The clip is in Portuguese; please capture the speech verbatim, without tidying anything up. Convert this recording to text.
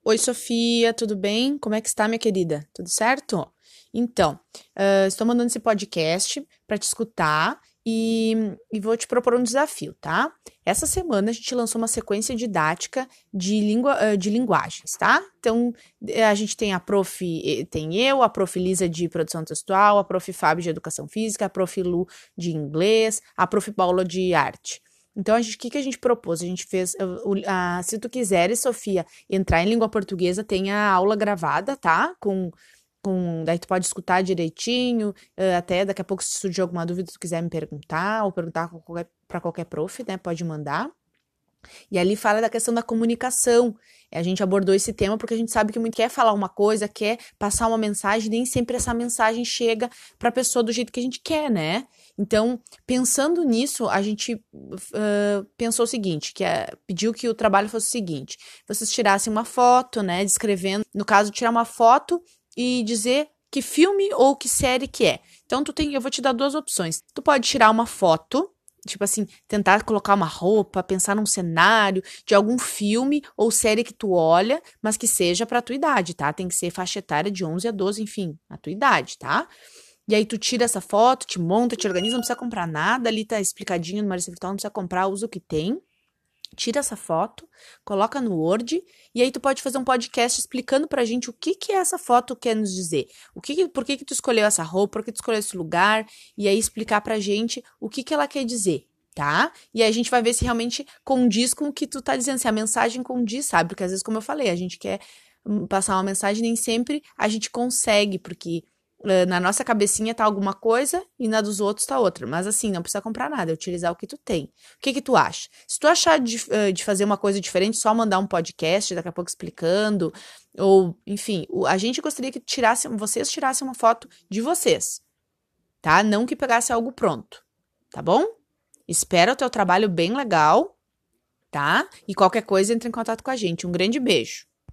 Oi, Sofia, tudo bem? Como é que está, minha querida? Tudo certo? Então, ah, estou mandando esse podcast para te escutar e, e vou te propor um desafio, tá? Essa semana a gente lançou uma sequência didática de, língua, ah, de linguagens, tá? Então, eh, a gente tem a prof, eh, tem eu, a prof. Lisa de produção textual, a prof. Fábio de educação física, a prof. Lu de inglês, a prof. Paula de arte. Então, a gente, o que, que a gente propôs? A gente fez, uh, o- a- se tu quiseres, Sofia, entrar em língua portuguesa, tem a aula gravada, tá? Com, com, daí tu pode escutar direitinho, uh, até daqui a pouco se surgir alguma dúvida, se tu quiser me perguntar, ou perguntar para qualquer, pra qualquer prof, né? Pode mandar. E ali fala da questão da comunicação. A gente abordou esse tema porque a gente sabe que muito quer falar uma coisa, quer passar uma mensagem, nem sempre essa mensagem chega para a pessoa do jeito que a gente quer, né? Então, pensando nisso, a gente uh, pensou o seguinte, que é, pediu que o trabalho fosse o seguinte, vocês tirassem uma foto, né, descrevendo, no caso, tirar uma foto e dizer que filme ou que série que é. Então, tu tem, eu vou te dar duas opções. Tu pode tirar uma foto, tipo assim, tentar colocar uma roupa, pensar num cenário de algum filme ou série que tu olha, mas que seja pra tua idade, tá? Tem que ser faixa etária de onze a doze, enfim, a tua idade, tá? E aí tu tira essa foto, te monta, te organiza, não precisa comprar nada, ali tá explicadinho no Marisa Virtual, não precisa comprar, usa o que tem. Tira essa foto, coloca no Word e aí tu pode fazer um podcast explicando pra gente o que que essa foto quer nos dizer. O que, que por que que tu escolheu essa roupa, por que tu escolheu esse lugar e aí explicar pra gente o que que ela quer dizer, tá? E aí a gente vai ver se realmente condiz com o que tu tá dizendo, se a mensagem condiz, sabe? Porque às vezes, como eu falei, a gente quer hum, passar uma mensagem, nem sempre a gente consegue, porque uh, na nossa cabecinha tá alguma coisa e na dos outros tá outra. Mas assim, não precisa comprar nada, é utilizar o que tu tem. O que que tu acha? Se tu achar de, uh, de fazer uma coisa diferente, só mandar um podcast daqui a pouco explicando, ou, enfim, o- a gente gostaria que tirasse, vocês tirassem uma foto de vocês, tá? Não que pegasse algo pronto, tá bom? Espero o teu trabalho bem legal, tá? E qualquer coisa, entre em contato com a gente. Um grande beijo.